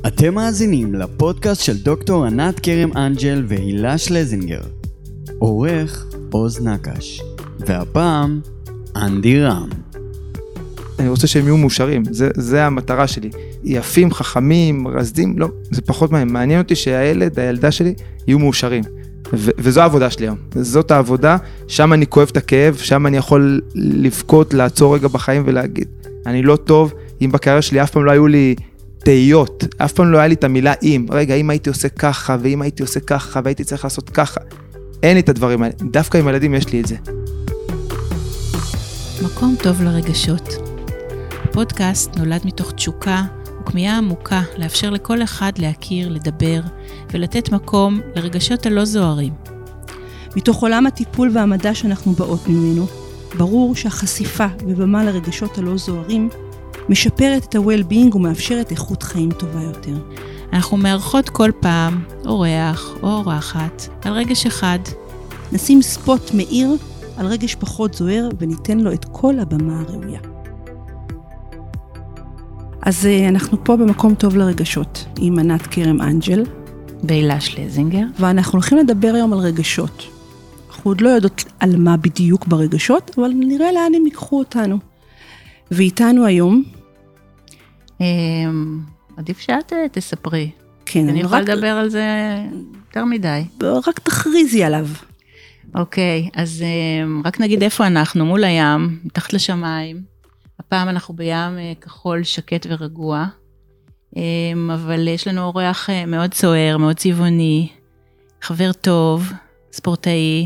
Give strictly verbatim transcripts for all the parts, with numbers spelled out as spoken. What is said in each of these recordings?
אתם מאזינים לפודקאסט של דוקטור ענת קרם אנג'ל והילה שלזינגר. עורך עוז נקש. והפעם אנדי רם. אני רוצה שהם יהיו מאושרים, זה, זה המטרה שלי. יפים, חכמים, רזדים, לא, זה פחות מהם. מעניין אותי שהילד, הילדה שלי, יהיו מאושרים. ו- וזו העבודה שלי היום. זאת העבודה, שם אני כואב את הכאב, שם אני יכול לבכות, לעצור רגע בחיים ולהגיד, אני לא טוב, אם בקריירה שלי אף פעם לא היו לי תהיות, אף פעם לא היה לי את המילה אם, רגע, אם הייתי עושה ככה, ואם הייתי עושה ככה, והייתי צריך לעשות ככה. אין לי את הדברים האלה, דווקא עם ילדים יש לי את זה. מקום טוב לרגשות. הפודקאסט נולד מתוך תשוקה וכמיהה עמוקה לאפשר לכל אחד להכיר, לדבר ולתת מקום לרגשות הלא זוהרים. מתוך עולם הטיפול והמדע שאנחנו באות ממנו, ברור שהחשיפה ובמה לרגשות הלא זוהרים משפרת את ה-well-being ומאפשרת איכות חיים טובה יותר. אנחנו מארחות כל פעם אורח או אורחת על רגש אחד. נשים ספוט מאיר על רגש פחות זוהר וניתן לו את כל הבמה הראויה. אז אנחנו פה במקום טוב לרגשות עם ענת קרם אנג'ל והילה שלזינגר, ואנחנו הולכים לדבר היום על רגשות. אנחנו עוד לא יודעות על מה בדיוק ברגשות, אבל נראה לאן הם ייקחו אותנו. ואיתנו היום עדיף שאת תספרי. כן, אני יכולה לדבר על זה יותר מדי. רק תכריזי עליו. אוקיי, אז רק נגיד איפה אנחנו, מול הים, מתחת לשמיים. הפעם אנחנו בים כחול, שקט ורגוע, אבל יש לנו אורח מאוד סוער, מאוד צבעוני, חבר טוב, ספורטאי.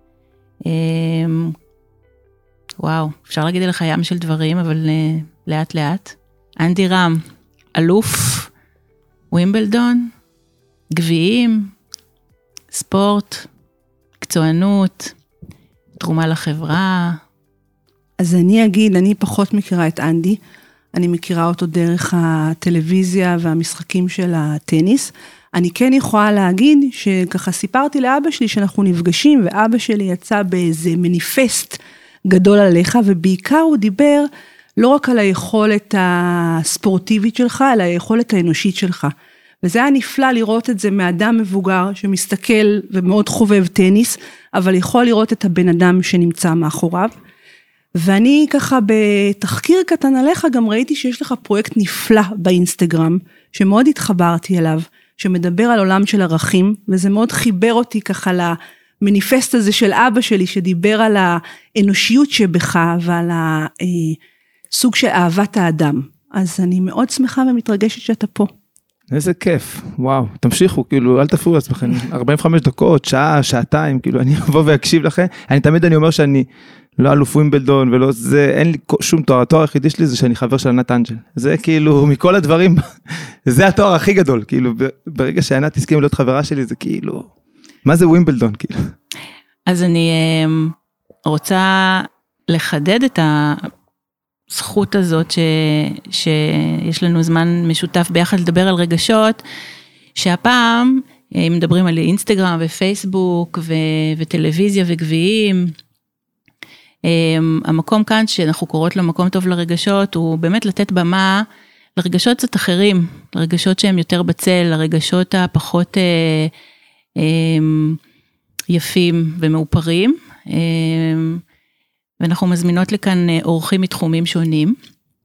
וואו, אפשר להגיד עליך ים של דברים, אבל לאט לאט. אנדי רם, אלוף, ווימבלדון, גביעים, ספורט, מקצוענות, תרומה לחברה. אז אני אגיד, אני פחות מכירה את אנדי, אני מכירה אותו דרך הטלוויזיה והמשחקים של הטניס. אני כן יכולה להגיד שככה סיפרתי לאבא שלי שאנחנו נפגשים, ואבא שלי יצא באיזה מניפסט גדול עליך, ובעיקר הוא דיבר לא רק על היכולת הספורטיבית שלך, אלא היכולת האנושית שלך. וזה היה נפלא לראות את זה מאדם מבוגר שמסתכל ומאוד חובב טניס, אבל יכול לראות את הבן אדם שנמצא מאחוריו. ואני ככה בתחקיר קטן עליך גם ראיתי שיש לך פרויקט נפלא באינסטגרם, שמאוד התחברתי אליו, שמדבר על עולם של ערכים, וזה מאוד חיבר אותי ככה למניפסט הזה של אבא שלי, שדיבר על האנושיות שבך, ועל הסוג של אהבת האדם. אז אני מאוד שמחה ומתרגשת שאתה פה. איזה כיף, וואו, תמשיכו, כאילו, אל תפריעו לעצמכם, ארבעים וחמש דקות, שעה, שעתיים, כאילו, אני אבוא ואקשיב לכם, אני תמיד אני אומר שאני לא אלוף ווימבלדון, ולא זה, אין לי שום תואר, התואר היחידי שלי זה שאני חבר של ענת אנג'ל, זה כאילו, מכל הדברים, זה התואר הכי גדול, כאילו, ברגע שענת הסכים להיות חברה שלי, זה כאילו, מה זה ווימבלדון, כאילו? אז אני רוצה לחדד את ה... זכות הזאת ש, שיש לנו זמן משותף ביחד לדבר על רגשות, שהפעם, אם מדברים על אינסטגרם ופייסבוק ו, וטלוויזיה וגביעים, המקום כאן שאנחנו קוראות לו מקום טוב לרגשות, הוא באמת לתת במה לרגשות קצת אחרים, לרגשות שהם יותר בצל, לרגשות הפחות יפים ומאופרים, ואנחנו מזמינות לכאן אורחים מתחומים שונים,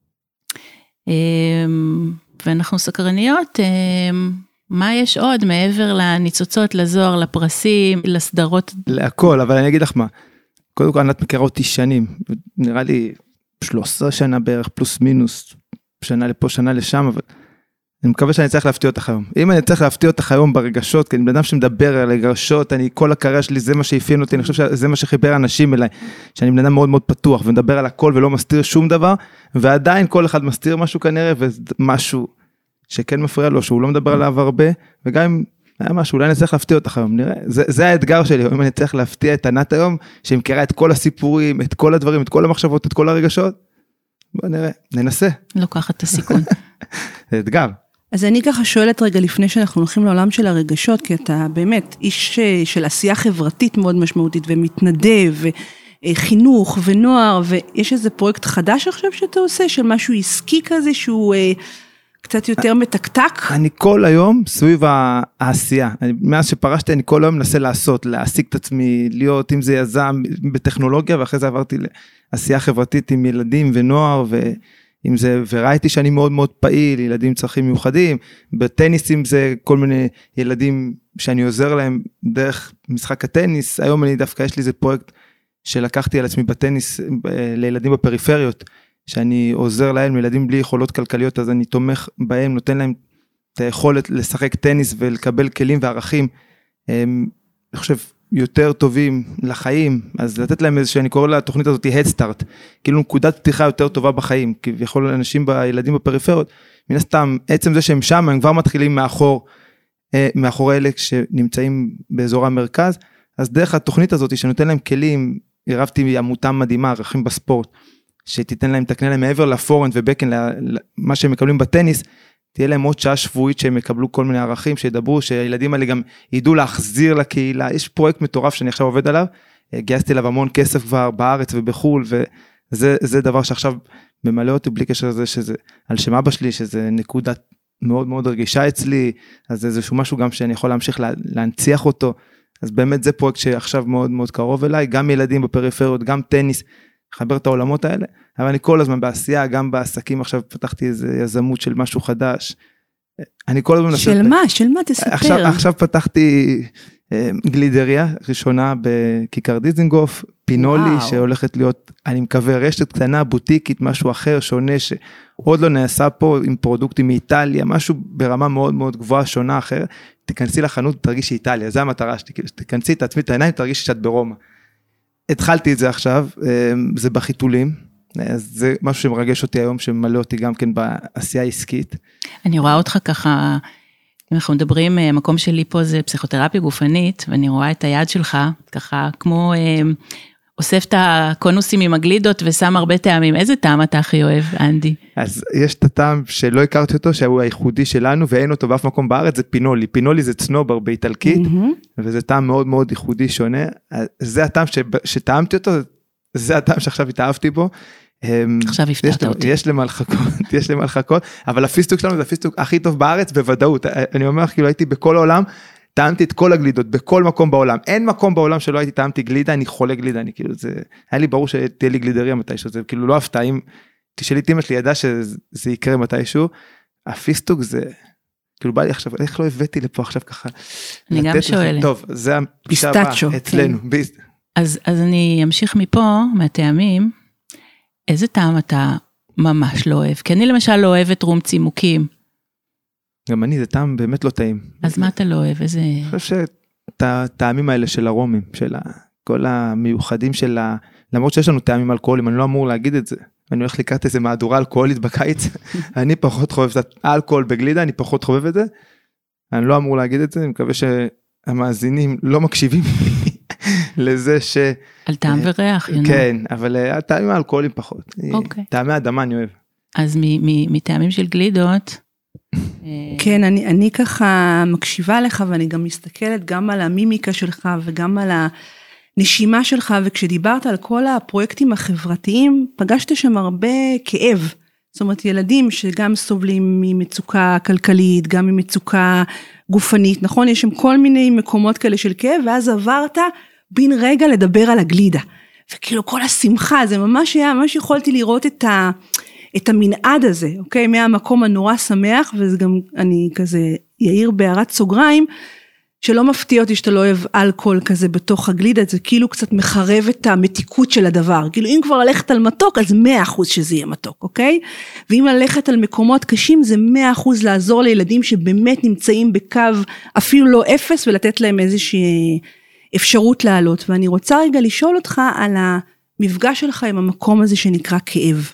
ואנחנו סקרניות, מה יש עוד מעבר לניצוצות, לזוהר, לפרסים, לסדרות? להכל, אבל אני אגיד לך מה, קודם כל ענת מכירה אותי שנים, נראה לי שלוש עשרה שנה בערך, פלוס מינוס, שנה לפה, שנה לשם, אבל אני מקווה שאני צריך להפתיע אותך היום. אם אני צריך להפתיע אותך היום ברגשות, כי אני בן אדם שמדבר על רגשות, אני, כל הקריירה שלי, זה מה שהפיין אותי, אני חושב שזה מה שחיבר אנשים אליי, שאני בן אדם מאוד מאוד פתוח, ומדבר על הכל ולא מסתיר שום דבר, ועדיין כל אחד מסתיר משהו כנראה, ומשהו שכן מפריע לו, שהוא לא מדבר עליו הרבה, וגם אם היה משהו, אולי אני צריך להפתיע אותך היום, נראה, זה, זה האתגר שלי, אם אני צריך להפתיע את ענת היום, שמכירה את כל הסיפורים, את כל הדברים, את כל המחשבות, את כל הרגשות, בוא נראה, ננסה. לוקחת את הסיכון. זה אתגר. אז אני ככה שואלת רגע לפני שאנחנו הולכים לעולם של הרגשות, כי אתה באמת איש של עשייה חברתית מאוד משמעותית, ומתנדב, וחינוך, ונוער, ויש איזה פרויקט חדש עכשיו שאתה עושה, של משהו עסקי כזה, שהוא קצת יותר מתקתק? אני כל היום סביב העשייה. אני, מאז שפרשתי, אני כל היום מנסה לעשות, להעסיק את עצמי, להיות אם זה יזם בטכנולוגיה, ואחרי זה עברתי לעשייה חברתית עם ילדים ונוער, ואם זה, וראיתי שאני מאוד מאוד פעיל, ילדים צרכים מיוחדים, בטניסים זה כל מיני ילדים שאני עוזר להם דרך משחק הטניס, היום אני דווקא, יש לי איזה פרויקט שלקחתי על עצמי בטניס לילדים בפריפריות, שאני עוזר להם, ילדים בלי יכולות כלכליות, אז אני תומך בהם, נותן להם את היכולת לשחק טניס ולקבל כלים וערכים, אני חושב, יותר טובים לחיים, אז לתת להם איזה שאני קורא לתוכנית הזאת Head Start, כאילו נקודת פתיחה יותר טובה בחיים, כי יכול אנשים בילדים בפריפריות, מן הסתם, עצם זה שהם שם, הם כבר מתחילים מאחור, מאחורי אלה שנמצאים באזור המרכז, אז דרך התוכנית הזאת שנותן להם כלים, עירבתי עמותה מדהימה, ערכים בספורט, שתיתן להם, תקנה להם מעבר לפורנד ובקן, מה שהם מקבלים בטניס, תהיה להם עוד שעה שבועית שהם יקבלו כל מיני ערכים, שידברו, שהילדים האלה גם ידעו להחזיר לקהילה, יש פרויקט מטורף שאני עכשיו עובד עליו, גייסתי אליו המון כסף כבר בארץ ובחול, וזה זה דבר שעכשיו ממלא אותי בלי קשר לזה, שזה על שם אבא שלי, שזה נקודה מאוד מאוד רגישה אצלי, אז זה איזשהו משהו גם שאני יכול להמשיך לה, להנציח אותו, אז באמת זה פרויקט שעכשיו מאוד מאוד קרוב אליי, גם ילדים בפריפריות, גם טניס, לחבר את העולמות האלה, אבל אני כל הזמן בעשייה, גם בעסקים, עכשיו פתחתי איזה יזמות של משהו חדש, אני כל הזמן... של מה? של מה? תספר. עכשיו, עכשיו פתחתי גלידריה ראשונה בכיכר דיזנגוף, פינולי, וואו. שהולכת להיות, אני מקווה, רשת קטנה, בוטיקית, משהו אחר, שונה, שעוד לא נעשה פה עם פרודוקטים מאיטליה, משהו ברמה מאוד מאוד גבוהה, שונה אחר, תכנסי לחנות, תרגישי איטליה, זה המטרה שלי, תכנסי את עצמי את העיניים, תרגישי שאת ברומא. התחלתי את זה עכשיו, זה בחיתולים, אז זה משהו שמרגש אותי היום, שממלא אותי גם כן בעשייה העסקית. אני רואה אותך ככה, אם אנחנו מדברים, המקום שלי פה זה פסיכותרפיה גופנית, ואני רואה את היד שלך, ככה כמו אוסף את הקונוסים עם הגלידות, ושם הרבה טעמים. איזה טעם אתה הכי אוהב, אנדי? אז יש את הטעם שלא הכרתי אותו, שהוא הייחודי שלנו, ואין אותו באף מקום בארץ, זה פינולי. פינולי זה צנובר באיטלקית, וזה טעם מאוד מאוד ייחודי שונה. זה הטעם שטעמתי אותו, זה הטעם שעכשיו התאהבתי בו. עכשיו הפתעת אותי. יש למה לחכות, יש למה לחכות, אבל הפיסטוק שלנו זה הפיסטוק הכי טוב בארץ, בוודאות. אני אומר לך, כאילו הייתי בכל העולם, טעמתי את כל הגלידות, בכל מקום בעולם, אין מקום בעולם שלא הייתי טעמתי גלידה, אני חולה גלידה, אני כאילו, זה, היה לי ברור שתהיה לי גלידריה מתישהו, זה כאילו לא הפתעה, אם תשאלי את אמא שלי, ידע שזה יקרה מתישהו, הפיסטוק זה, כאילו בא לי עכשיו, איך לא הבאתי לפה עכשיו ככה, אני גם שואלת. טוב, זה הפגישה הבאה, אצלנו. אז, אז אני אמשיך מפה, מהטעמים, איזה טעם אתה ממש לא אוהב? כי אני למשל לא אוהבת רום צימוקים, גם אני, זה טעם באמת לא טעים. אז מה אתה לא אוהב? איזה... אני חושב שאת הטעמים האלה של הרומים, של כל המיוחדים של ה... למרות שיש לנו טעמים אלכוהולים, אני לא אמור להגיד את זה. אני הולך לקראת איזה מהדורה אלכוהולית בקיץ, אני פחות חובב את האלכוהול בגלידה, אני פחות חובב את זה. אני לא אמור להגיד את זה, אני מקווה שהמאזינים לא מקשיבים לזה ש... על טעם וריח, יונו. כן, אבל הטעמים האלכוהולים פחות. אוקיי. טעמי האדמה אני אוהב. אז מטעמים של גלידות... כן, אני, אני ככה מקשיבה לך, ואני גם מסתכלת גם על המימיקה שלך, וגם על הנשימה שלך, וכשדיברת על כל הפרויקטים החברתיים, פגשת שם הרבה כאב, זאת אומרת, ילדים שגם סובלים ממצוקה כלכלית, גם ממצוקה גופנית, נכון? יש שם כל מיני מקומות כאלה של כאב, ואז עברת בין רגע לדבר על הגלידה, וכאילו כל השמחה, זה ממש היה, ממש יכולתי לראות את ה... את המנעד הזה, אוקיי? מהמקום הנורא שמח, וזה גם, אני כזה יאיר בהערת סוגריים, שלא מפתיע אותי שאתה לא אוהב אלכוהול כזה בתוך הגלידה, זה כאילו קצת מחרב את המתיקות של הדבר, כאילו אם כבר ללכת על מתוק, אז מאה אחוז שזה יהיה מתוק, אוקיי? ואם ללכת על מקומות קשים, זה מאה אחוז לעזור לילדים שבאמת נמצאים בקו אפילו לא אפס, ולתת להם איזושהי אפשרות לעלות, ואני רוצה רגע לשאול אותך על המפגש שלך עם המקום הזה שנקרא כאב.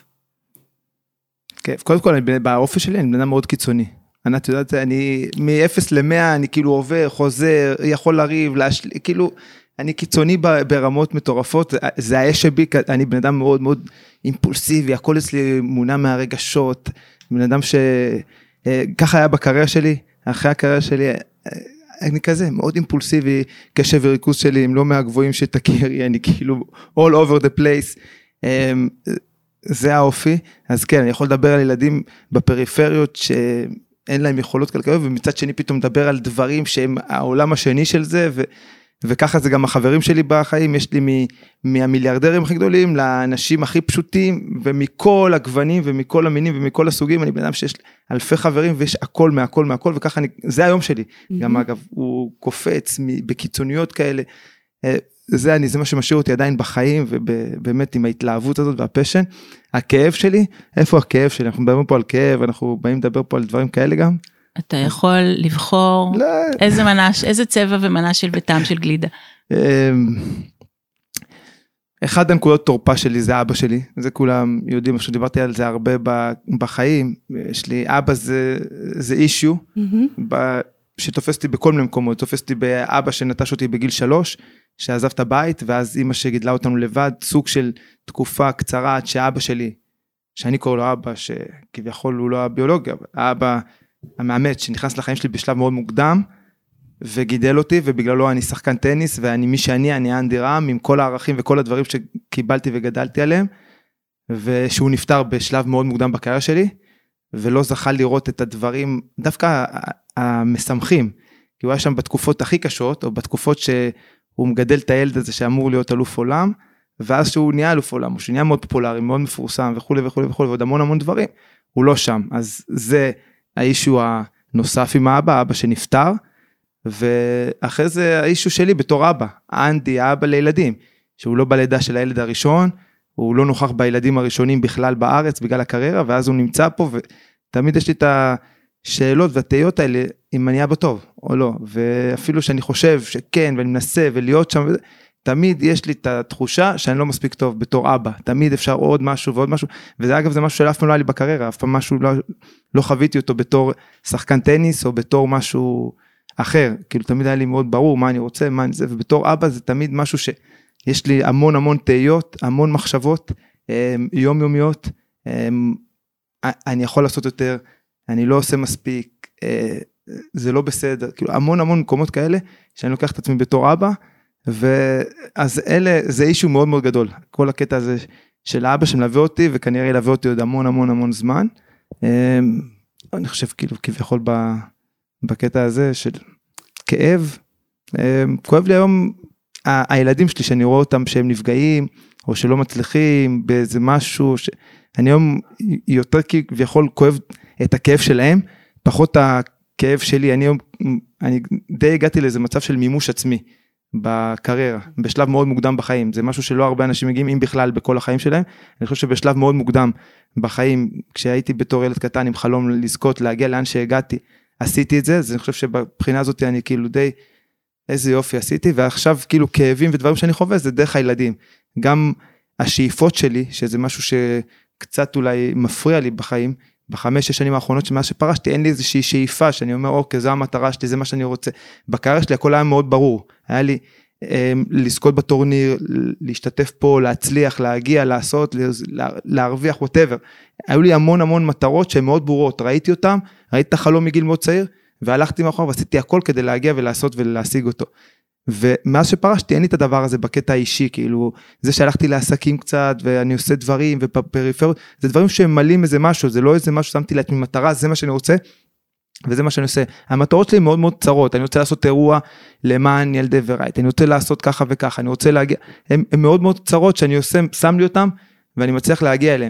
קודם כל, באופי שלי, אני בן אדם מאוד קיצוני. ענת יודעת, אני מ-אפס ל-מאה, אני כאילו עובר, חוזר, יכול לריב, להשל... כאילו, אני קיצוני ברמות מטורפות, זה האש שבי, אני בן אדם מאוד מאוד אימפולסיבי, הכל אצלי מונע מהרגשות, בן אדם ש... ככה היה בקריירה שלי, אחרי הקריירה שלי, אני כזה, מאוד אימפולסיבי, קשב וריכוז שלי, הם לא מהגבוהים שתכירי, אני כאילו all over the place, זה האופי, אז כן, אני יכול לדבר על ילדים בפריפריות שאין להם יכולות כלכליות, ומצד שני פתאום מדבר על דברים שהם העולם השני של זה, ו... וככה זה גם החברים שלי בחיים, יש לי מ... מהמיליארדרים הכי גדולים, לאנשים הכי פשוטים, ומכל הגוונים, ומכל המינים, ומכל הסוגים, אני בן אדם שיש אלפי חברים, ויש הכל מהכל מהכל, וככה אני, זה היום שלי, mm-hmm. גם אגב, הוא קופץ בקיצוניות כאלה, זה אני, זה מה שמשאיר אותי עדיין בחיים, ובאמת עם ההתלהבות הזאת והפשן, הכאב שלי, איפה הכאב שלי? אנחנו מדברים פה על כאב, אנחנו באים לדבר פה על דברים כאלה גם. אתה יכול לבחור לא. איזה מנש, איזה צבע ומנה של וטעם של גלידה. אחד הנקודות תורפה שלי זה אבא שלי, זה כולם יודעים, שדיברתי על זה הרבה בחיים, יש לי אבא זה, זה אישיו, שתופס אותי בכל מיני מקומות, תופס אותי באבא שנטש אותי בגיל שלוש, שעזב את הבית, ואז אמא שגידלה אותנו לבד, סוג של תקופה קצרה, עד שאבא שלי, שאני קורא לו אבא, שכביכול הוא לא הביולוגיה, האבא המאמץ, שנכנס לחיים שלי בשלב מאוד מוקדם, וגידל אותי, ובגללו אני שחקן טניס, ואני מי שאני, אני אנדי רם, עם כל הערכים וכל הדברים שקיבלתי וגדלתי עליהם, ושהוא נפטר בשלב מאוד מוקדם בקריירה שלי, ולא זכה לראות את הדברים, דווקא המשמחים, כי הוא היה שם בתקופות הכי קשות, או בתקופות שהוא מגדל את הילד הזה שאמור להיות אלוף עולם, ואז שהוא נהיה אלוף עולם, הוא שנהיה מאוד פופולרי, מאוד מפורסם, וכו' וכו' וכו', ועוד המון המון דברים, הוא לא שם, אז זה האישו הנוסף עם האבא, האבא שנפטר, ואחרי זה האישו שלי בתור אבא, אנדי, האבא לילדים, שהוא לא בלידה של הילד הראשון, הוא לא נוכח בילדים הראשונים בכלל בארץ, בגלל הקריירה, ואז הוא נמצא פה, ותמיד יש לי את השאלות והתהיות האלה, אם אני אבא טוב או לא, ואפילו שאני חושב שכן, ואני מנסה ולהיות שם, תמיד יש לי את התחושה שאני לא מספיק טוב בתור אבא, תמיד אפשר עוד משהו ועוד משהו, וזה אגב זה משהו שאף פעם לא היה לי בקריירה, אף פעם משהו לא, לא חוויתי אותו בתור שחקן טניס, או בתור משהו אחר, כאילו תמיד היה לי מאוד ברור מה אני רוצה, מה אני זה, ובתור אבא זה תמיד משהו שיש לי המון המון תהיות, המון מחשבות, יומיומיות, אני יכול לעשות יותר, אני לא עושה מספיק, זה לא בסדר, כאילו המון המון מקומות כאלה, שאני לוקח את עצמי בתור אבא, ואז אלה, זה אישו מאוד מאוד גדול, כל הקטע הזה של האבא שמלווה אותי, וכנראה ילווה אותי עוד המון המון המון זמן, אני חושב כאילו כביכול בקטע הזה של כאב, כואב לי היום, הילדים שלי שאני רואה אותם שהם נפגעים, או שלא מצליחים באיזה משהו, אני היום יותר כביכול כואב את הכאב שלהם, פחות הכאב שלי, אני היום, אני די הגעתי לאיזה מצב של מימוש עצמי, בקריירה, בשלב מאוד מוקדם בחיים, זה משהו שלא הרבה אנשים מגיעים, אם בכלל בכל החיים שלהם, אני חושב שבשלב מאוד מוקדם בחיים, כשהייתי בתור ילד קטן עם חלום לזכות, להגיע לאן שהגעתי, עשיתי את זה, אז אני חושב שבבחינה הזאת אני כאילו די, איזה יופי עשיתי, ועכשיו כאילו כאבים ודברים שאני חווה, זה דרך הילדים, גם השאיפות שלי, שזה משהו שקצת אולי מפריע לי בחיים, בחמש, שש שנים האחרונות שמאז שפרשתי, אין לי איזושהי שאיפה, שאני אומר, אוקיי, זו המטרה שלי, זה מה שאני רוצה. בקריירה שלי, הכל היה מאוד ברור. היה לי אה, לזכות בטורניר, להשתתף פה, להצליח, להגיע, לעשות, לה, להרוויח, whatever. היו לי המון המון מטרות שהן מאוד ברורות. ראיתי אותן, ראיתי את החלום מגיל מאוד צעיר, והלכתי מאחור ועשיתי הכל כדי להגיע ולעשות ולהשיג אותו. ומאז שפרשתי, אין לי את הדבר הזה בקטע האישי, כאילו, זה שהלכתי לעסקים קצת, ואני עושה דברים, ובפריפריות, זה דברים שממלאים איזה משהו, זה לא איזה משהו, שמתי לעצמי מטרה, זה מה שאני רוצה, וזה מה שאני עושה. המטרות שלי מאוד מאוד צרות, אני רוצה לעשות אירוע למען ילדי ורייט, אני רוצה לעשות ככה וככה, אני רוצה להגיע, הם, הם מאוד מאוד צרות שאני עושה, שם לי אותם, ואני מצליח להגיע אליהם.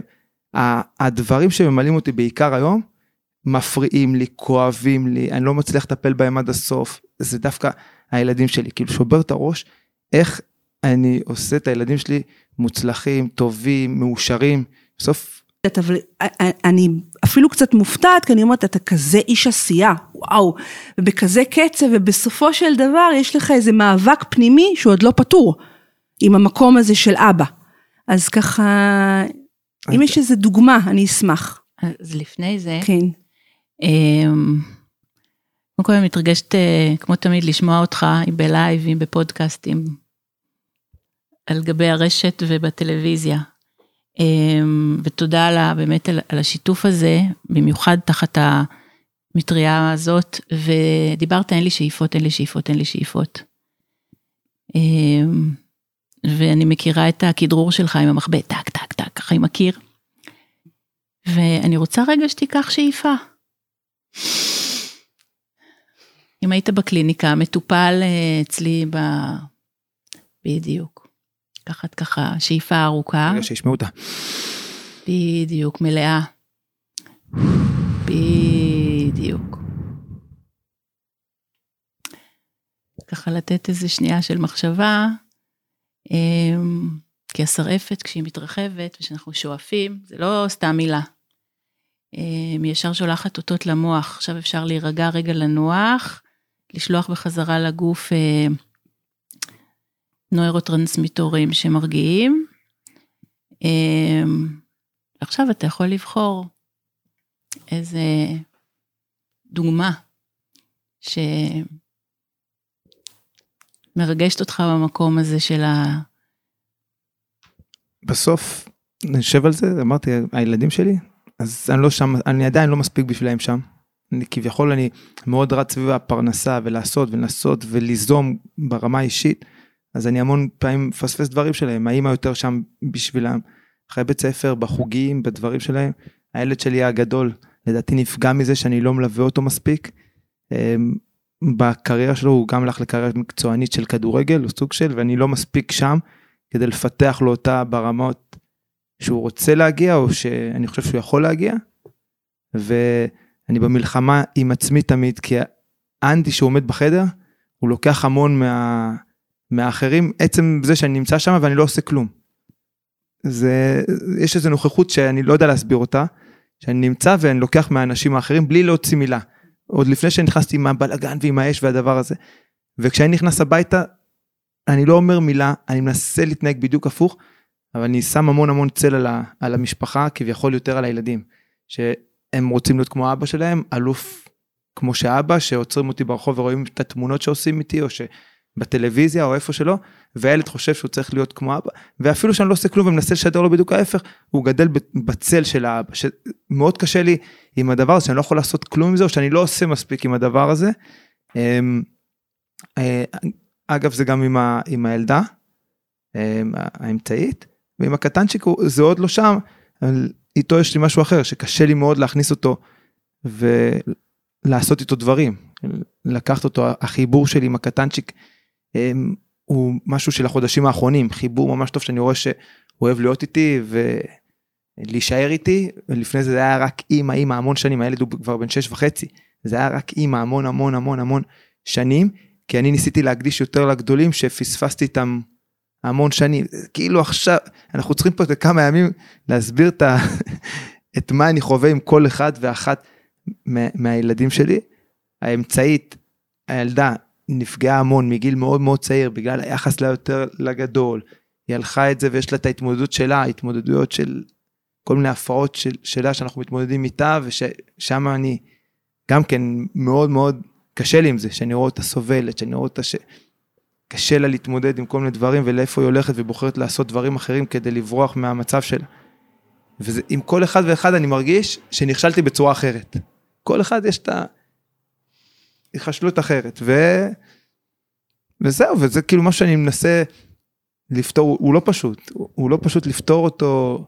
הדברים שממלאים אותי בעיקר היום, מפריעים לי, כואבים לי, אני לא מצליח לטפל בהם עד הסוף, זה דווקא הילדים שלי, כאילו שובר את הראש, איך אני עושה את הילדים שלי מוצלחים, טובים, מאושרים, בסוף. אבל אני אפילו קצת מופתעת, כי אני אומרת, אתה כזה איש עשייה, וואו, ובכזה קצב, ובסופו של דבר יש לך איזה מאבק פנימי, שהוא עוד לא פתור, עם המקום הזה של אבא. אז ככה, אם יש איזו דוגמה, אני אשמח. אז לפני זה, כן. קודם כל אני מתרגשת, כמו תמיד, לשמוע אותך, אם בלייב, אם בפודקאסטים, על גבי הרשת ובטלוויזיה. ותודה לה, באמת על השיתוף הזה, במיוחד תחת המטריה הזאת, ודיברת, אין לי שאיפות, אין לי שאיפות, אין לי שאיפות. ואני מכירה את הכדרור שלך עם המחבט, טק, טק, טק, ככה עם הקיר. ואני רוצה רגע שתיקח שאיפה. אם היית בקליניקה, מטופל אצלי ב... בדיוק. לקחת ככה שאיפה ארוכה. רגע שישמעו אותה. בדיוק, מלאה. בדיוק. ככה לתת איזה שנייה של מחשבה, כי השרעפת כשהיא מתרחבת ושאנחנו שואפים, זה לא סתם מילה. ישר שולחת אותות למוח, עכשיו אפשר להירגע רגע לנוח, לשלוח בחזרה לגוף נוירוטרנסמיטורים שמרגיעים. עכשיו אתה יכול לבחור איזה דוגמה שמרגשת אותך במקום הזה של ה... בסוף נשב על זה, אמרתי, הילדים שלי, אז אני לא שם, אני עדיין לא מספיק בשבילהם שם. אני, כביכול אני מאוד רץ סביב הפרנסה ולעשות ולנסות וליזום ברמה האישית, אז אני המון פעמים מפספס דברים שלהם, האמא יותר שם בשבילם, אחרי בית ספר, בחוגים, בדברים שלהם, הילד שלי הגדול, לדעתי נפגע מזה שאני לא מלווה אותו מספיק, בקריירה שלו הוא גם הלך לקריירה מקצוענית של כדורגל, הוא סוג של, ואני לא מספיק שם, כדי לפתח לו אותה ברמות שהוא רוצה להגיע, או שאני חושב שהוא יכול להגיע, ואני במלחמה עם עצמי תמיד, כי אנדי שהוא עומד בחדר, הוא לוקח המון מה, מהאחרים, עצם זה שאני נמצא שם ואני לא עושה כלום. זה, יש איזו נוכחות שאני לא יודע להסביר אותה, שאני נמצא ואני לוקח מהאנשים האחרים, בלי להוציא מילה. עוד לפני שנכנסתי עם הבלגן ועם האש והדבר הזה, וכשאני נכנס הביתה, אני לא אומר מילה, אני מנסה להתנהג בדיוק הפוך, אבל אני שם המון המון צל על, ה, על המשפחה, כביכול יותר על הילדים, שהם רוצים להיות כמו אבא שלהם, אלוף כמו שאבא, שעוצרים אותי ברחוב ורואים את התמונות שעושים איתי, או שבטלוויזיה או איפה שלא, והילד חושב שהוא צריך להיות כמו אבא, ואפילו שאני לא עושה כלום ומנסה לשדר לו בדיוק ההפך, הוא גדל בצל של האבא, שמאוד קשה לי עם הדבר הזה, שאני לא יכול לעשות כלום עם זה, או שאני לא עושה מספיק עם הדבר הזה. אגב, זה גם עם, ה, עם הילדה, האמצעית, ועם הקטנצ'יק, זה עוד לא שם, אבל איתו יש לי משהו אחר, שקשה לי מאוד להכניס אותו, ולעשות איתו דברים, לקחת אותו, החיבור שלי עם הקטנצ'יק, הוא משהו של החודשים האחרונים, חיבור ממש טוב, שאני רואה שהוא אוהב להיות איתי, ולהישאר איתי, ולפני זה זה היה רק אימא, אימא, המון שנים, הילד הוא כבר בן שש וחצי, זה היה רק אימא, המון המון המון המון שנים, כי אני ניסיתי להקדיש יותר לגדולים, שפספסתי איתם המון שנים, כאילו עכשיו, אנחנו צריכים פה כמה ימים, להסביר את, ה... את מה אני חווה עם כל אחד ואחת מה... מהילדים שלי, האמצעית, הילדה, נפגעה המון, מגיל מאוד מאוד צעיר, בגלל היחס לה יותר לגדול, היא הלכה את זה, ויש לה את ההתמודדות שלה, ההתמודדויות של כל מיני הפרעות של... שלה, שאנחנו מתמודדים איתה, ושם אני, גם כן, מאוד מאוד, קשה לי עם זה, שאני רואה אותה סובלת, שאני רואה אותה שקשה לה להתמודד עם כל מיני דברים, ולאיפה היא הולכת ובוחרת לעשות דברים אחרים, כדי לברוח מהמצב שלה. ועם כל אחד ואחד אני מרגיש, שנכשלתי בצורה אחרת. כל אחד יש את החשלות אחרת, ו... וזהו, וזה כאילו מה שאני מנסה לפתור, הוא לא פשוט, הוא לא פשוט לפתור אותו,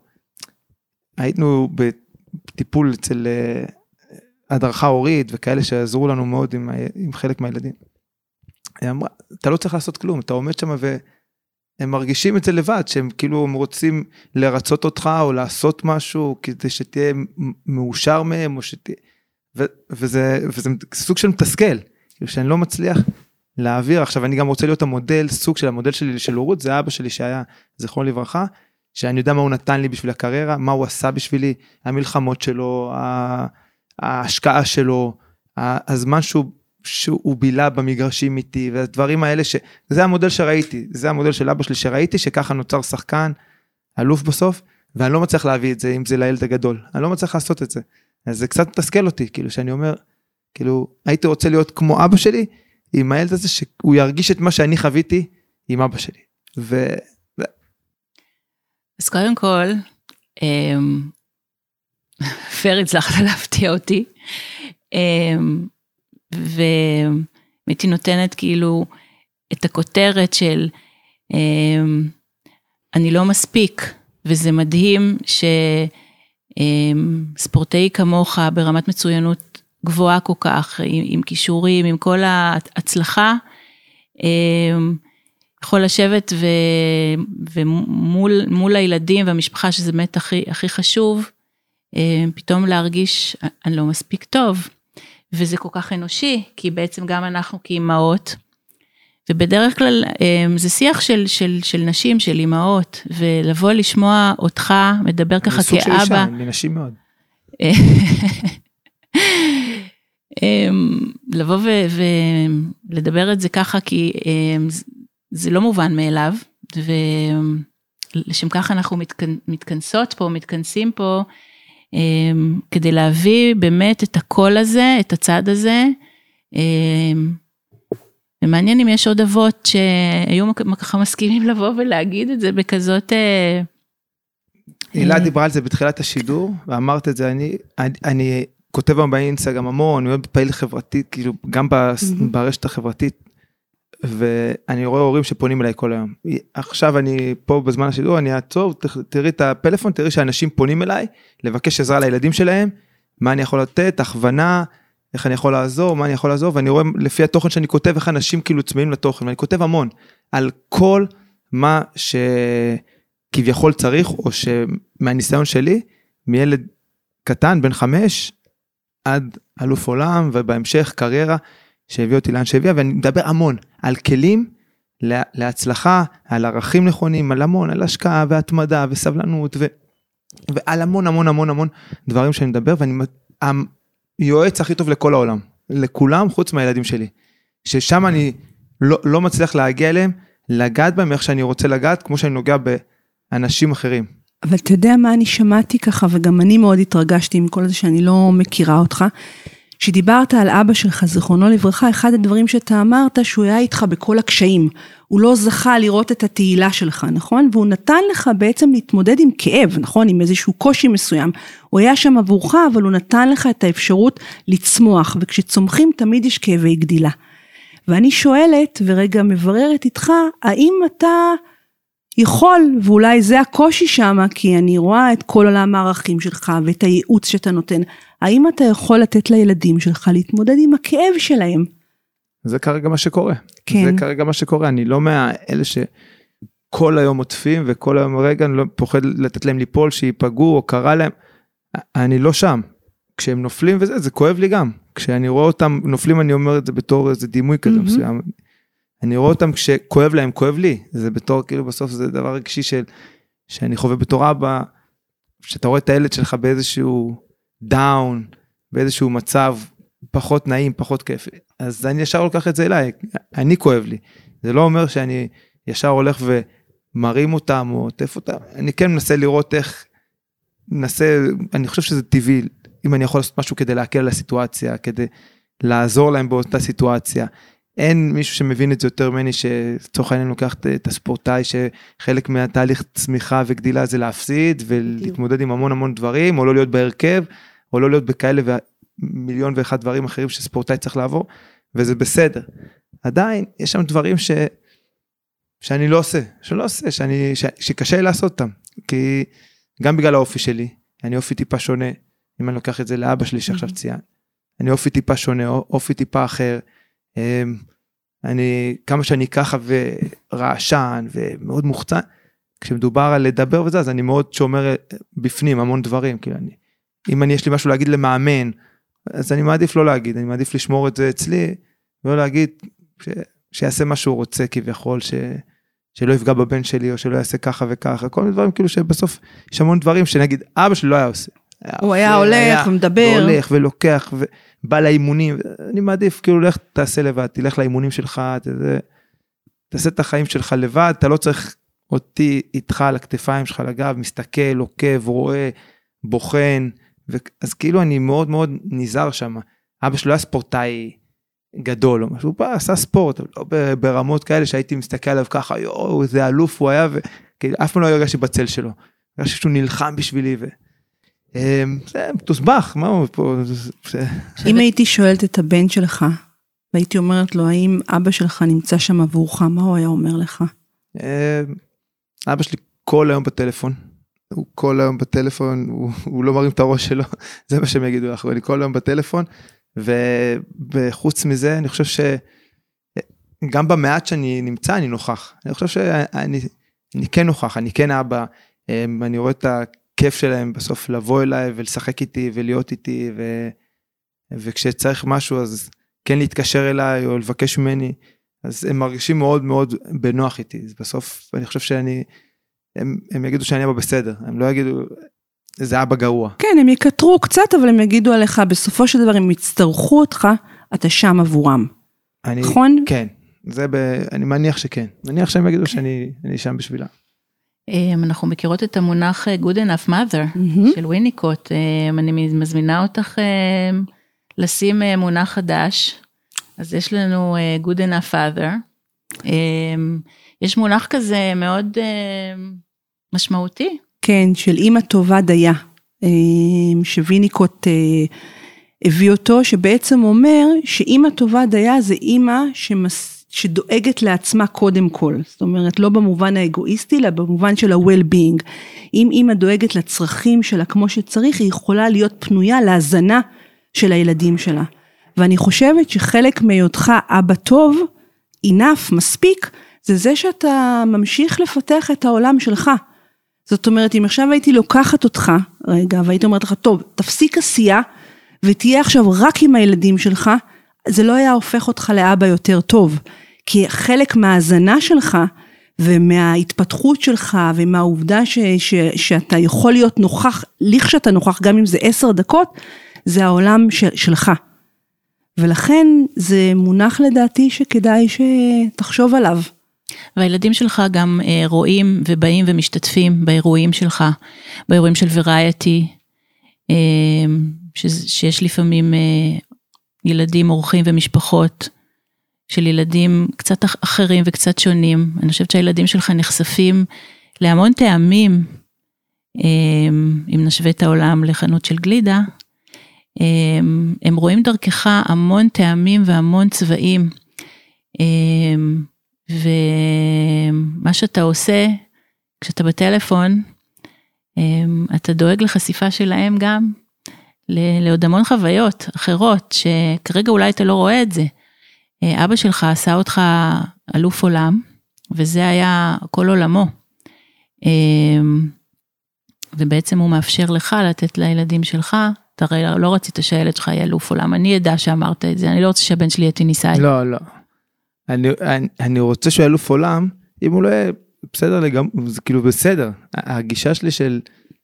היינו בטיפול אצל... הדרכה הורית וכאלה שעזרו לנו מאוד עם, עם חלק מהילדים. היא אמרה, אתה לא צריך לעשות כלום, אתה עומד שם והם מרגישים את זה לבד, שהם כאילו רוצים לרצות אותך או לעשות משהו, כדי שתהיה מאושר מהם, או שתהיה, ו, וזה, וזה סוג של מתסכל, כאילו שאני לא מצליח להעביר. עכשיו אני גם רוצה להיות המודל, סוג של המודל שלי של הורות, זה אבא שלי שהיה זכרון לברכה, שאני יודע מה הוא נתן לי בשביל הקריירה, מה הוא עשה בשבילי, המלחמות שלו, ה... ההשקעה שלו, הזמן שהוא, שהוא בילה במגרשים איתי, והדברים האלה, ש... זה המודל שראיתי, זה המודל של אבא שלי שראיתי, שככה נוצר שחקן, אלוף בסוף, ואני לא מצליח להביא את זה, אם זה לילד הגדול, אני לא מצליח לעשות את זה, אז זה קצת תסכל אותי, כאילו שאני אומר, כאילו, הייתי רוצה להיות כמו אבא שלי, עם הילד הזה, שהוא ירגיש את מה שאני חוויתי, עם אבא שלי, ו... אז קודם כל, פר הצלחת להפתיע אותי, והייתי נותנת כאילו את הכותרת של אני לא מספיק, וזה מדהים ספורטאי כמוך ברמת מצוינות גבוהה כל כך, עם, עם כישורים, עם כל ההצלחה, יכול לשבת ו, ומול מול הילדים והמשפחה, שזה באמת הכי, הכי חשוב, פתאום להרגיש, אני לא מספיק טוב, וזה כל כך אנושי, כי בעצם גם אנחנו כאימהות, ובדרך כלל זה שיח של, של, של נשים, של אימהות, ולבוא לשמוע אותך, מדבר ככה כאבא. סוג של אישה, לנשים מאוד. לבוא ולדבר את זה ככה, כי זה לא מובן מאליו, ולשם כך אנחנו מתכנסות פה, מתכנסים פה, כדי להביא באמת את הקול הזה, את הצד הזה, ומעניין אם יש עוד אבות שהיו ככה מסכימים לבוא ולהגיד את זה בכזאת... הילה דיברה על זה בתחילת השידור, ואמרת את זה, אני, אני כותב באינסטגרם המון, אני אוהב פעיל חברתית, כאילו גם ברשת החברתית, ואני רואה הורים שפונים אליי כל היום. עכשיו אני פה בזמן השידור, אני אעצור, תראי את הפלאפון, תראי שאנשים פונים אליי, לבקש עזרה לילדים שלהם, מה אני יכול לתת, הכוונה, איך אני יכול לעזור, מה אני יכול לעזור, ואני רואה לפי התוכן שאני כותב, איך אנשים כאילו צמאים לתוכן, ואני כותב המון, על כל מה שכביכול צריך, או שמהניסיון שלי, מילד קטן, בן חמש, עד אלוף עולם, ובהמשך קריירה, שהביא אותי לאן שהביאה, ואני מדבר המון, על כלים, להצלחה, על ערכים נכונים, על המון, על השקעה, והתמדה, וסבלנות, ו... ועל המון, המון, המון, המון דברים שאני מדבר, ואני היועץ הכי טוב לכל העולם, לכולם חוץ מהילדים שלי, ששם אני לא, לא מצליח להגיע אליהם, לגעת בהם איך שאני רוצה לגעת, כמו שאני נוגע באנשים אחרים. אבל אתה יודע מה אני שמעתי ככה, וגם אני מאוד התרגשתי עם כל זה שאני לא מכירה אותך, שדיברת על אבא שלך, זיכרונו לברכה, אחד הדברים שאתה אמרת, שהוא היה איתך בכל הקשיים, הוא לא זכה לראות את התהילה שלך, נכון? והוא נתן לך בעצם להתמודד עם כאב, נכון? עם איזשהו קושי מסוים. הוא היה שם עבורך, אבל הוא נתן לך את האפשרות לצמוח, וכשצומחים תמיד יש כאבי גדילה. ואני שואלת, ורגע מבררת איתך, האם אתה יכול, ואולי זה הקושי שם, כי אני רואה את כל עולם הערכים שלך, ואת הייעוץ שאתה נותן, האם אתה יכול לתת לילדים שלך להתמודד עם הכאב שלהם? זה כרגע מה שקורה. כן. זה כרגע מה שקורה. אני לא מאלה שכל היום עוטפים, וכל היום רגע אני לא פוחד לתת להם ליפול, שיפגעו או קרה להם. אני לא שם. כשהם נופלים וזה, זה כואב לי גם. כשאני רואה אותם נופלים, אני אומר את זה בתור איזה דימוי כזה מסוים. אני רואה אותם כשכואב להם, כואב לי. זה בתור, כאילו בסוף זה דבר רגשי של, שאני חווה בתור אבא, שאתה רואה את הילד שלך באיזשהו דאון, באיזשהו מצב פחות נעים, פחות כיף. אז אני ישר לוקח את זה אליי, אני כואב לי. זה לא אומר שאני ישר הולך ומרים אותם או עוטף אותם. אני כן מנסה לראות איך, מנסה, אני חושב שזה טבעי, אם אני יכול לעשות משהו כדי להקל על הסיטואציה, כדי לעזור להם באותה סיטואציה. אין מישהו שמבין את זה יותר ממני, שצורך העניין לוקח את הספורטאי, שחלק מהתהליך צמיחה וגדילה זה להפסיד, ולהתמודד עם המון המון דברים, או לא להיות בהרכב, או לא להיות בכאלה ומיליון ואחד דברים אחרים שספורטאי צריך לעבור, וזה בסדר. עדיין יש שם דברים ש... שאני לא עושה, שלא עושה, שאני... ש... שקשה לי לעשות אותם, כי גם בגלל האופי שלי, אני אופי טיפה שונה, אם אני לוקח את זה לאבא שלי שעכשיו ציין, אני אופי טיפה שונה, אופי טיפה אחר, אני, כמה שאני ככה ורעשן ומאוד מוחצן, כשמדובר על לדבר וזה, אז אני מאוד שומר בפנים המון דברים, כאילו אני, אם אני יש לי משהו להגיד למאמן, אז אני מעדיף לא להגיד, אני מעדיף לשמור את זה אצלי, ולא להגיד ש, שיעשה מה שהוא רוצה כביכול, ש, שלא יפגע בבן שלי, או שלא יעשה ככה וככה, כל מיני דברים כאילו שבסוף יש המון דברים שנגיד, אבא שלי לא היה עושה. הוא היה הולך ומדבר. והולך ולוקח ובא לאימונים, אני מעדיף, כאילו, לך תעשה לבד, תלך לאימונים שלך, תעשה את החיים שלך לבד, אתה לא צריך אותי איתך על הכתפיים שלך לגב, מסתכל, עוקב, רואה, בוחן, אז כאילו אני מאוד מאוד נזהר שם. אבא שלו היה ספורטאי גדול, או משהו, הוא בא, עשה ספורט, לא ברמות כאלה שהייתי מסתכל עליו ככה, יואו, זה אלוף הוא היה, ואף פעם לא הרגשתי בצל שלו, הרגשתי שהוא נלחם בשבילי, ו... זה תוסבך, מה הוא פה? אם הייתי שואלת את הבן שלך, והייתי אומרת לו, האם אבא שלך נמצא שם עבורך, מה הוא היה אומר לך? אבא שלי כל היום בטלפון, הוא כל היום בטלפון, הוא, הוא לא מרים את הראש שלו, זה מה שהם יגידו לך, אני כל היום בטלפון, וחוץ מזה, אני חושב שגם במעט שאני נמצא, אני נוכח. אני חושב שאני אני כן נוכח, אני כן אבא, אני רואה את הכיף שלהם בסוף לבוא אליי ולשחק איתי ולהיות איתי, ו, וכשצריך משהו, אז כן להתקשר אליי או לבקש ממני, אז הם מרגישים מאוד מאוד בנוח איתי. אז בסוף אני חושב שאני, הם, הם יגידו שאני אבא בסדר, הם לא יגידו, זה אבא גרוע. כן, הם יקטרו קצת, אבל הם יגידו עליך, בסופו של דבר, הם יצטרכו אותך, אתה שם עבורם. אני, נכון? כן, זה ב, אני מניח שכן. מניח שהם יגידו שאני אני שם בשבילה. אנחנו מכירות את המונח Good Enough Mother Mm-hmm. של ויניקוט. אני מזמינה אותך לשים מונח חדש. אז יש לנו Good Enough Father. יש מונח כזה מאוד משמעותי. כן, של אימא טובה דייה, שוויניקוט הביא אותו, שבעצם אומר שאימא טובה דייה זה אימא שמס... שדואגת לעצמה קודם כל, זאת אומרת לא במובן האגואיסטי, אלא במובן של ה-well-being. אם אימא דואגת לצרכים שלה כמו שצריך, היא יכולה להיות פנויה להזנה של הילדים שלה. ואני חושבת שחלק מהיותך אבא טוב, enough, מספיק, זה זה שאתה ממשיך לפתח את העולם שלך. זאת אומרת, אם עכשיו הייתי לוקחת אותך, רגע, והייתי אומרת לך, טוב, תפסיק עשייה, ותהיה עכשיו רק עם הילדים שלך, זה לא היה הופך אותך לאבא יותר טוב, כי חלק מההזנה שלך, ומההתפתחות שלך, ומהעובדה ש, ש, שאתה יכול להיות נוכח, לכשאתה נוכח, גם אם זה עשר דקות, זה העולם של, שלך. ולכן זה מונח לדעתי שכדאי שתחשוב עליו. והילדים שלך גם רואים ובאים ומשתתפים באירועים שלך, באירועים של וריאטי, שיש לפעמים ילדים, אורחים ומשפחות, של ילדים קצת אחרים וקצת שונים. אני חושבת שהילדים שלך נחשפים להמון טעמים, אם נשווה את העולם לחנות של גלידה, הם רואים דרכך המון טעמים והמון צבעים, ומה שאתה עושה, כשאתה בטלפון, אתה דואג לחשיפה שלהם גם, לעוד המון חוויות אחרות, שכרגע אולי אתה לא רואה את זה. אבא שלך עשה אותך אלוף עולם, וזה היה כל עולמו. ובעצם הוא מאפשר לך לתת לילדים שלך, אתה הרי לא רצית שהילד שלך יהיה אלוף עולם, אני ידע שאמרת את זה, אני לא רוצה שהבן שלי יהיה טניסאי. לא, לא. אני, אני, אני רוצה שהוא אלוף עולם, אם הוא לא יהיה בסדר לגמרי, זה כאילו בסדר. הגישה שלי של,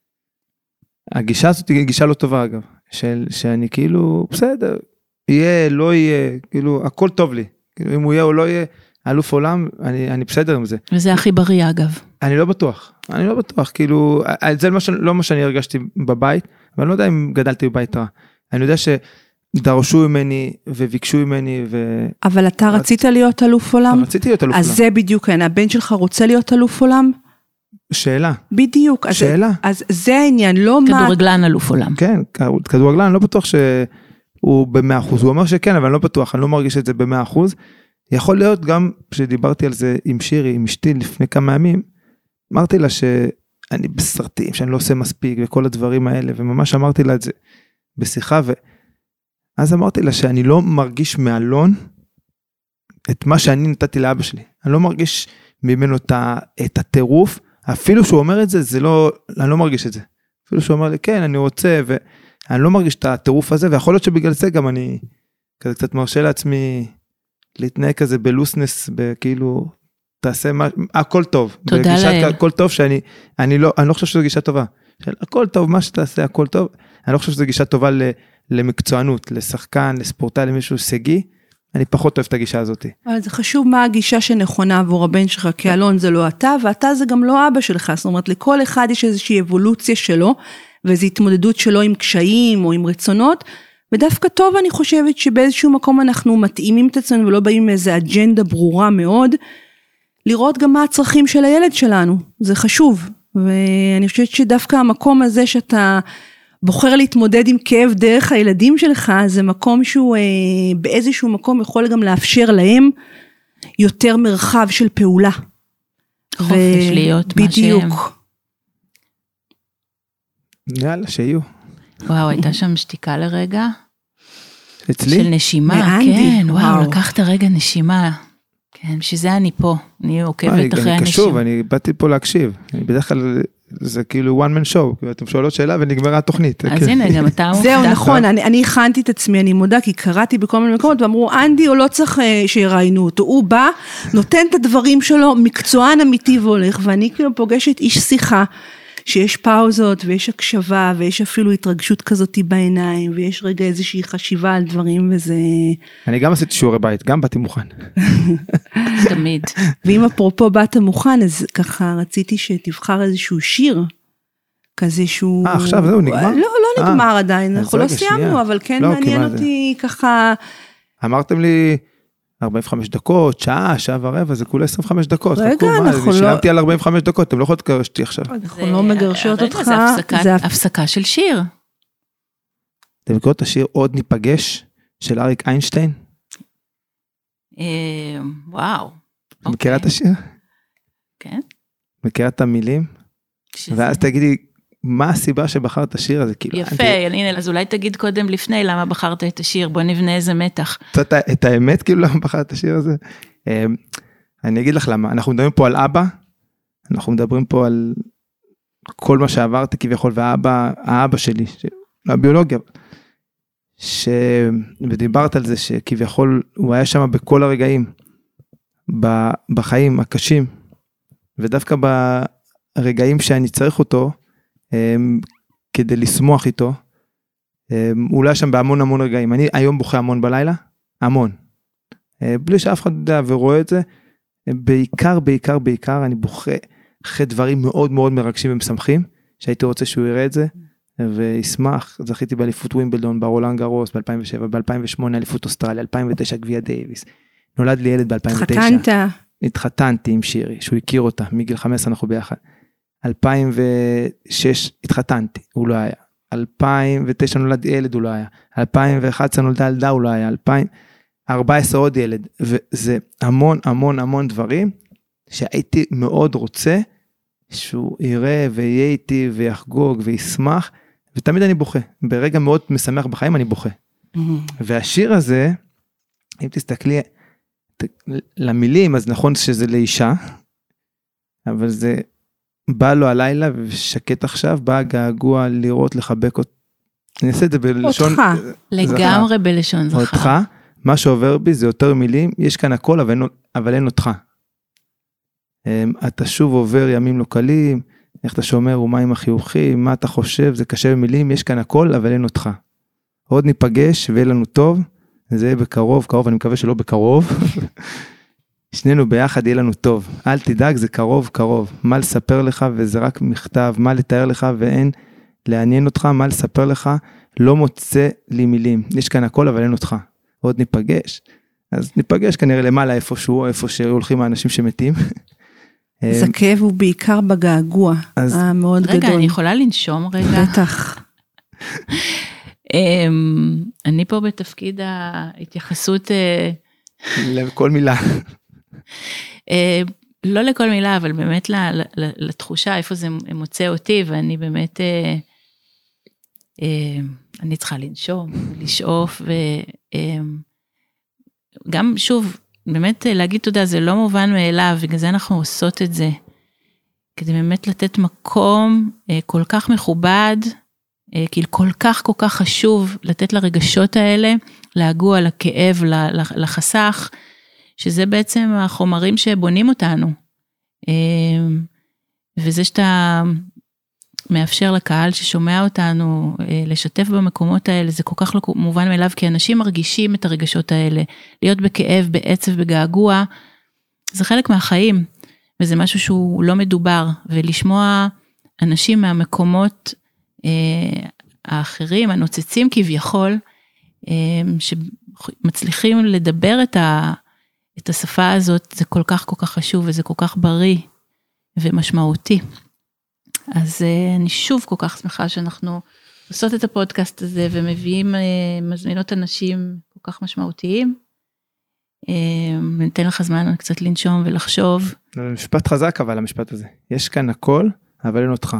הגישה הזאת היא גישה לא טובה אגב, של, שאני כאילו בסדר, יהיה, לא יהיה, כאילו הכל טוב לי, כאילו אם הוא יהיה או לא יהיה אלוף עולם, אני, אני בסדר עם זה. וזה הכי בריא אגב. אני לא בטוח, אני לא בטוח, כאילו, זה לא, לא מה שאני הרגשתי בבית, ואני לא יודע אם גדלתי בבית רע, אני יודע ש... דרשו ממני וביקשו ממני ו... אבל אתה רצית להיות אלוף עולם? רציתי להיות אלוף עולם. אז זה בדיוק, הבן שלך רוצה להיות אלוף עולם? שאלה. בדיוק. שאלה. אז זה העניין, לא מה... כדורגלן אלוף עולם. כן, כדורגלן, אני לא בטוח שהוא במאה אחוז. הוא אומר שכן, אבל אני לא בטוח, אני לא מרגיש את זה במאה אחוז. יכול להיות גם, כשדיברתי על זה עם שירי, עם אשתי לפני כמה ימים, אמרתי לה שאני בסרטים, שאני לא עושה מספיק וכל הדברים האלה, וממש אמרתי לה את זה בשיחה ו... אז אמרתי לה שאני לא מרגיש מאלון את מה שאני נתתי לאבא שלי. אני לא מרגיש ממנו את הטירוף, אפילו שהוא אומר את זה, זה לא, אני לא מרגיש את זה. אפילו שהוא אומר לי, כן, אני רוצה, ואני לא מרגיש את הטירוף הזה, ויכול להיות שבגלל זה גם אני כזה קצת מרשה לעצמי להתנהג כזה בלוסנס, בכאילו, תעשה מה, הכל טוב. תודה לאל. הכל טוב שאני, אני לא, אני לא חושב שזו גישה טובה. הכל טוב, מה שתעשה, הכל טוב. אני לא חושב שזו גישה טובה ל... למקצוענות, לשחקן, לספורטאי, למישהו סגי, אני פחות אוהב את הגישה הזאת. אבל זה חשוב מה הגישה שנכונה עבור הבן שלך, כי אלון זה לא אתה, ואתה זה גם לא אבא שלך, זאת אומרת, לכל אחד יש איזושהי אבולוציה שלו, וזו התמודדות שלו עם קשיים או עם רצונות, ודווקא טוב אני חושבת שבאיזשהו מקום אנחנו מתאימים את עצמנו, ולא באים מאיזו אג'נדה ברורה מאוד, לראות גם מה הצרכים של הילד שלנו, זה חשוב, ואני חושבת שדווקא המקום הזה שאתה בוחר להתמודד עם כאב דרך הילדים שלך, זה מקום שהוא אה, באיזשהו מקום יכול גם לאפשר להם יותר מרחב של פעולה. חופש ו... להיות בדיוק. מה שהם. יאללה, שיהיו. וואו, הייתה שם שתיקה לרגע. אצלי? של נשימה, מאנדי, כן, וואו, וואו. לקחת רגע נשימה. כן, בשביל זה אני פה, אני עוקבת אחרי אני הנשימה. קשוב, אני באתי פה להקשיב. אני בדרך כלל, זה כאילו one man show, אתם שואלות שאלה ונגמרה התוכנית. אז הנה, גם אתה מופתע. זהו, נכון, אני, אני הכנתי את עצמי, אני מודה, כי קראתי בכל מיני מקומות, ואמרו, אנדי, הוא לא צריך שיראיינו אותו, הוא בא, נותן את הדברים שלו, מקצוען אמיתי והולך, ואני כאילו פוגשת איש שיחה, שיש פאוזות, ויש הקשבה, ויש אפילו התרגשות כזאת בעיניים, ויש רגע איזושהי חשיבה על דברים, וזה... אני גם עשיתי שיעורי בית, גם באתי מוכן. תמיד. ואם אפרופו באת מוכן, אז ככה רציתי שתבחר איזשהו שיר, כזה שהוא... אה, עכשיו זהו, נגמר? לא, לא נגמר עדיין, אנחנו לא סיימנו, אבל כן מעניין אותי ככה... אמרתם לי ארבעים וחמש דקות, שעה, שעה ורבע, זה כולה עשרים וחמש דקות. רגע, אנחנו לא... שילמתי על ארבעים וחמש דקות, אתם לא יכולים לגרש אותי עכשיו. אנחנו לא מגרשות אותך. רגע, זה הפסקה של שיר. אתם מכירות את השיר עוד ניפגש של אריק איינשטיין? וואו. מכירה את השיר? כן. מכירה את המילים? ואז תגידי, מה הסיבה שבחרת את השיר הזה? יפה, הנה, אז אולי תגיד קודם לפני למה בחרת את השיר, בוא נבנה איזה מתח. את האמת, כאילו, למה בחרת את השיר הזה? אני אגיד לך למה, אנחנו מדברים פה על אבא, אנחנו מדברים פה על כל מה שעברתי כביכול, והאבא, האבא שלי, הביולוגיה, ודיברת על זה שכביכול הוא היה שם בכל הרגעים, בחיים הקשים, ודווקא ברגעים שאני צריך אותו, כדי לשמוח איתו, הוא לא היה שם בהמון המון רגעים, אני היום בוכה המון בלילה, המון, בלי שאף אחד יודע ורואה את זה, בעיקר, בעיקר, בעיקר, אני בוכה אחרי דברים מאוד מאוד מרגשים ומשמחים, שהייתי רוצה שהוא יראה את זה, וישמח, זכיתי באליפות ווימבלדון, ברולנד גארוס, ב-אלפיים ושבע, ב-אלפיים ושמונה, אליפות אוסטרליה, אלפיים ותשע, גביע דייביס, נולד לי ילד ב-אלפיים ותשע. התחתנת. התחתנתי עם שירי, שהוא הכיר אותה, מגיל חמש עשרה אנחנו ביחד. אלפיים ושש התחתנתי, הוא לא היה. אלפיים ותשע נולד ילד, הוא לא היה. אלפיים ואחת עשרה נולדה ילדה, הוא לא היה. אלפיים וארבע עשרה עוד ילד. וזה המון המון המון דברים, שהייתי מאוד רוצה, שהוא יראה ויהיה איתי ויחגוג וישמח, ותמיד אני בוכה. ברגע מאוד משמח בחיים אני בוכה. והשיר הזה, אם תסתכלי למילים, אז נכון שזה לאישה, אבל זה בא לו הלילה ושקט עכשיו, בא געגוע לראות, לחבק אותך. אני אעשה את זה בלשון... אותך. לגמרי בלשון זכר. אותך, מה שעובר בי זה יותר מילים, יש כאן הכל, אבל אין, אבל אין אותך. אתה שוב עובר ימים לא קלים, איך אתה שומר ומה עם החיוכים, מה אתה חושב, זה קשה במילים, יש כאן הכל, אבל אין אותך. עוד ניפגש ויהיה לנו טוב, זה יהיה בקרוב, קרוב, אני מקווה שלא בקרוב. שנינו ביחד יהיה לנו טוב. אל תדאג, זה קרוב, קרוב. מה לספר לך וזה רק מכתב, מה לתאר לך ואין לעניין אותך, מה לספר לך, לא מוצא לי מילים. יש כאן הכל, אבל אין אותך. עוד ניפגש. אז ניפגש כנראה למעלה איפשהו, איפה שהולכים האנשים שמתים. אז הכאב הוא בעיקר בגעגוע, המאוד גדול. רגע, אני יכולה לנשום רגע? בטח. אני פה בתפקיד ההתייחסות... לכל מילה. לא לכל מילה, אבל באמת לתחושה, איפה זה מוצא אותי, ואני באמת, אני צריכה לנשום, לשאוף, וגם שוב, באמת להגיד תודה, זה לא מובן מאליו, בגלל זה אנחנו עושות את זה, כדי באמת לתת מקום כל כך מכובד, כאילו כל כך כל כך חשוב, לתת לרגשות האלה, להגוע לכאב, לחסך, שזה בעצם החומרים שבונים אותנו, וזה שאתה מאפשר לקהל ששומע אותנו, לשתף במקומות האלה, זה כל כך לא מובן מאליו, כי אנשים מרגישים את הרגשות האלה, להיות בכאב, בעצב, בגעגוע, זה חלק מהחיים, וזה משהו שהוא לא מדובר, ולשמוע אנשים מהמקומות האחרים, הנוצצים כביכול, שמצליחים לדבר את ה... את השפה הזאת, זה כל כך כל כך חשוב, וזה כל כך בריא ומשמעותי. אז אני שוב כל כך שמחה שאנחנו עושות את הפודקאסט הזה, ומביאים, מזמינות אנשים כל כך משמעותיים. וניתן לך זמן קצת לנשום ולחשוב. משפט חזק אבל המשפט הזה. יש כאן הכל, אבל אין אותך.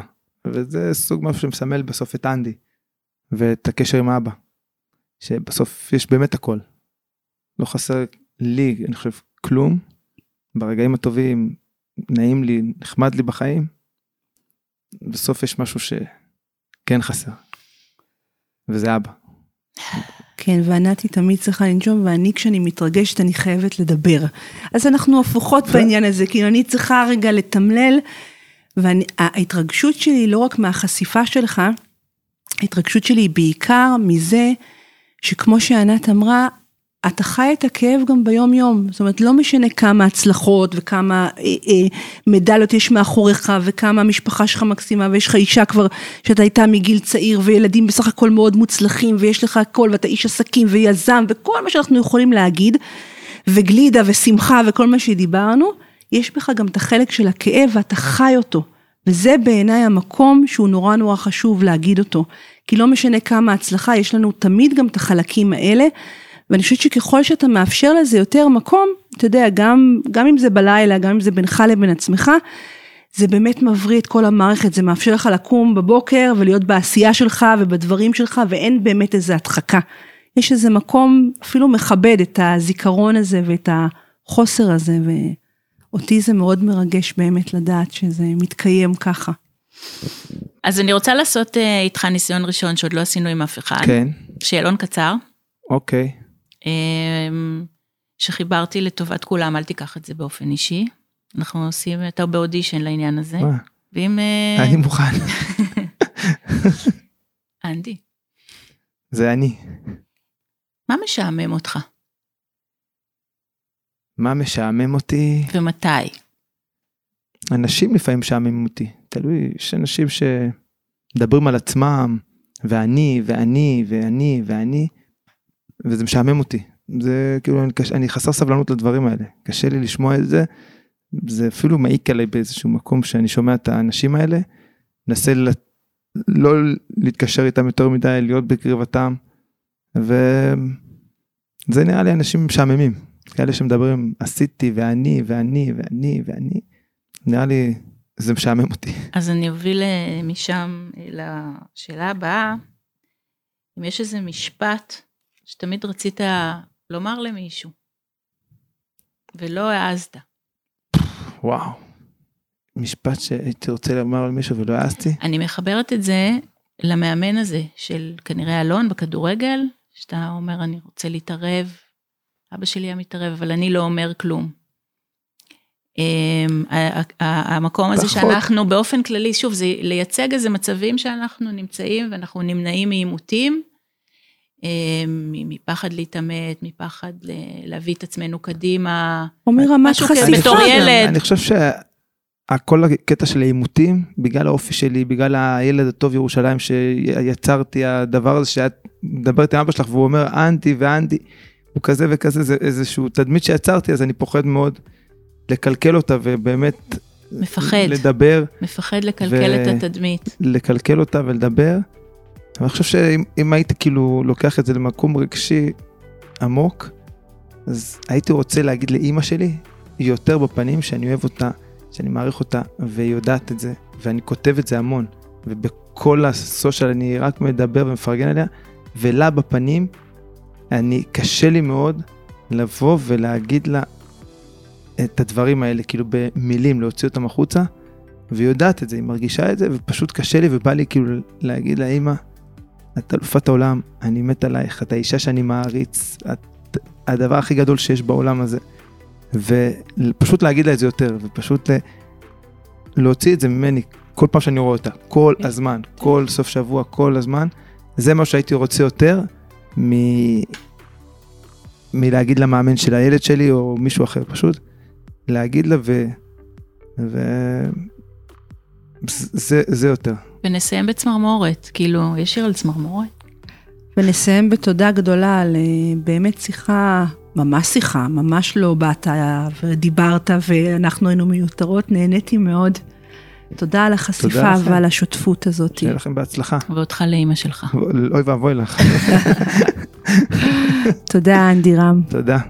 וזה סוג משהו שמסמל בסוף את אנדי, ואת הקשר עם האבא, שבסוף יש באמת הכל. לא חסר לי, אני חושב, כלום, ברגעים הטובים, נעים לי, נחמד לי בחיים, בסוף יש משהו שכן חסר, וזה אבא. כן, וענתי תמיד צריכה לנשום, ואני כשאני מתרגשת אני חייבת לדבר. אז אנחנו הפוכות בעניין הזה, כי אני צריכה רגע לתמלל, וההתרגשות שלי היא לא רק מהחשיפה שלך, ההתרגשות שלי היא בעיקר מזה, שכמו שענת אמרה, אתה חי את הכאב גם ביום יום, זאת אומרת, לא משנה כמה הצלחות, וכמה אה, אה, מדליות יש מאחוריך, וכמה המשפחה שלך מקסימה, ויש לך אישה כבר, שאתה הייתה מגיל צעיר, וילדים בסך הכל מאוד מוצלחים, ויש לך הכל, ואתה איש עסקים, ויזם, וכל מה שאנחנו יכולים להגיד, וגלידה, ושמחה, וכל מה שדיברנו, יש בך גם את החלק של הכאב, ואתה חי אותו, וזה בעיניי המקום, שהוא נורא נורא חשוב להגיד אותו, כי לא משנה כמה הצלחה, יש לנו תמיד גם את החלקים האלה, ואני חושבת שככל שאתה מאפשר לזה יותר מקום, אתה יודע, גם, גם אם זה בלילה, גם אם זה בינך לבין עצמך, זה באמת מבריא את כל המערכת, זה מאפשר לך לקום בבוקר, ולהיות בעשייה שלך, ובדברים שלך, ואין באמת איזו הדחקה. יש איזה מקום, אפילו מכבד את הזיכרון הזה, ואת החוסר הזה, ואותי זה מאוד מרגש באמת לדעת, שזה מתקיים ככה. אז אני רוצה לעשות איתך ניסיון ראשון, שעוד לא עשינו עם אף אחד. כן. שאלון קצר. אוקיי. שחיברתי לטובת כולם, אל תיקח את זה באופן אישי. אנחנו עושים יותר באודישן לעניין הזה. ואם... אני מוכן. אנדי. זה אני. מה משעמם אותך? מה משעמם אותי? ומתי? אנשים לפעמים משעממים אותי. תלוי, יש אנשים שמדברים על עצמם, ואני, ואני, ואני, ואני, וזה משעמם אותי. זה כאילו, אני, אני חסר סבלנות לדברים האלה. קשה לי לשמוע את זה. זה אפילו מעיק עליי באיזשהו מקום שאני שומע את האנשים האלה. נסה לא להתקשר איתם יותר מדי, להיות בקרבתם. וזה נראה לי אנשים משעממים. כאלה שמדברים, עשיתי, ואני, ואני, ואני, ואני. נראה לי, זה משעמם אותי. אז אני אוביל משם לשאלה הבאה. אם יש איזה משפט שתמיד רצית לומר למישהו, ולא העזת. וואו. משפט שהייתי רוצה לומר למישהו ולא העזתי? אני מחברת את זה למאמן הזה, של כנראה אלון בכדורגל, שאתה אומר אני רוצה להתערב, אבא שלי היה מתערב, אבל אני לא אומר כלום. המקום הזה שאנחנו באופן כללי, שוב, זה לייצג איזה מצבים שאנחנו נמצאים, ואנחנו נמנעים מעימותים, מפחד להתאמת, מפחד להביא את עצמנו קדימה. או מרמת חשיפה. בתור ילד. אני חושב שהכל הקטע של העימותים, בגלל האופי שלי, בגלל הילד הטוב ירושלים שיצרתי, הדבר הזה שאת מדברת עם אבא שלך, והוא אומר אנטי ואנטי, הוא כזה וכזה, זה איזשהו תדמית שיצרתי, אז אני פוחד מאוד לקלקל אותה, ובאמת מפחד. לדבר. מפחד לקלקל ו... את התדמית. לקלקל אותה ולדבר. אני חושב שאם הייתי כאילו לוקח את זה למקום רגשי עמוק, אז הייתי רוצה להגיד לאמא שלי, יותר בפנים שאני אוהב אותה, שאני מעריך אותה, והיא יודעת את זה, ואני כותב את זה המון, ובכל הסושיאל אני רק מדבר ומפרגן עליה, ולה בפנים, אני קשה לי מאוד לבוא ולהגיד לה את הדברים האלה, כאילו במילים, להוציא אותם החוצה, והיא יודעת את זה, היא מרגישה את זה, ופשוט קשה לי, ובא לי כאילו להגיד לה, אמא, את אלופת העולם, אני מת עלייך, את האישה שאני מעריץ, את הדבר הכי גדול שיש בעולם הזה, ופשוט להגיד לה את זה יותר, ופשוט להוציא את זה ממני, כל פעם שאני רואה אותה, כל הזמן, כל סוף שבוע, כל הזמן, זה מה שהייתי רוצה יותר, מ... מלהגיד למאמן של הילד שלי, או מישהו אחר, פשוט להגיד לה, ו... ו... זה, זה יותר. ונסיים בצמרמורת, כאילו, יש שיר על צמרמורת. ונסיים בתודה גדולה על באמת שיחה, ממש שיחה, ממש לא באת ודיברת ואנחנו היינו מיותרות, נהניתי מאוד. תודה על החשיפה ועל השותפות הזאת. שיהיה לכם בהצלחה. ואותך לאמא שלך. אוי ואבוי לך. תודה אנדי רם. תודה.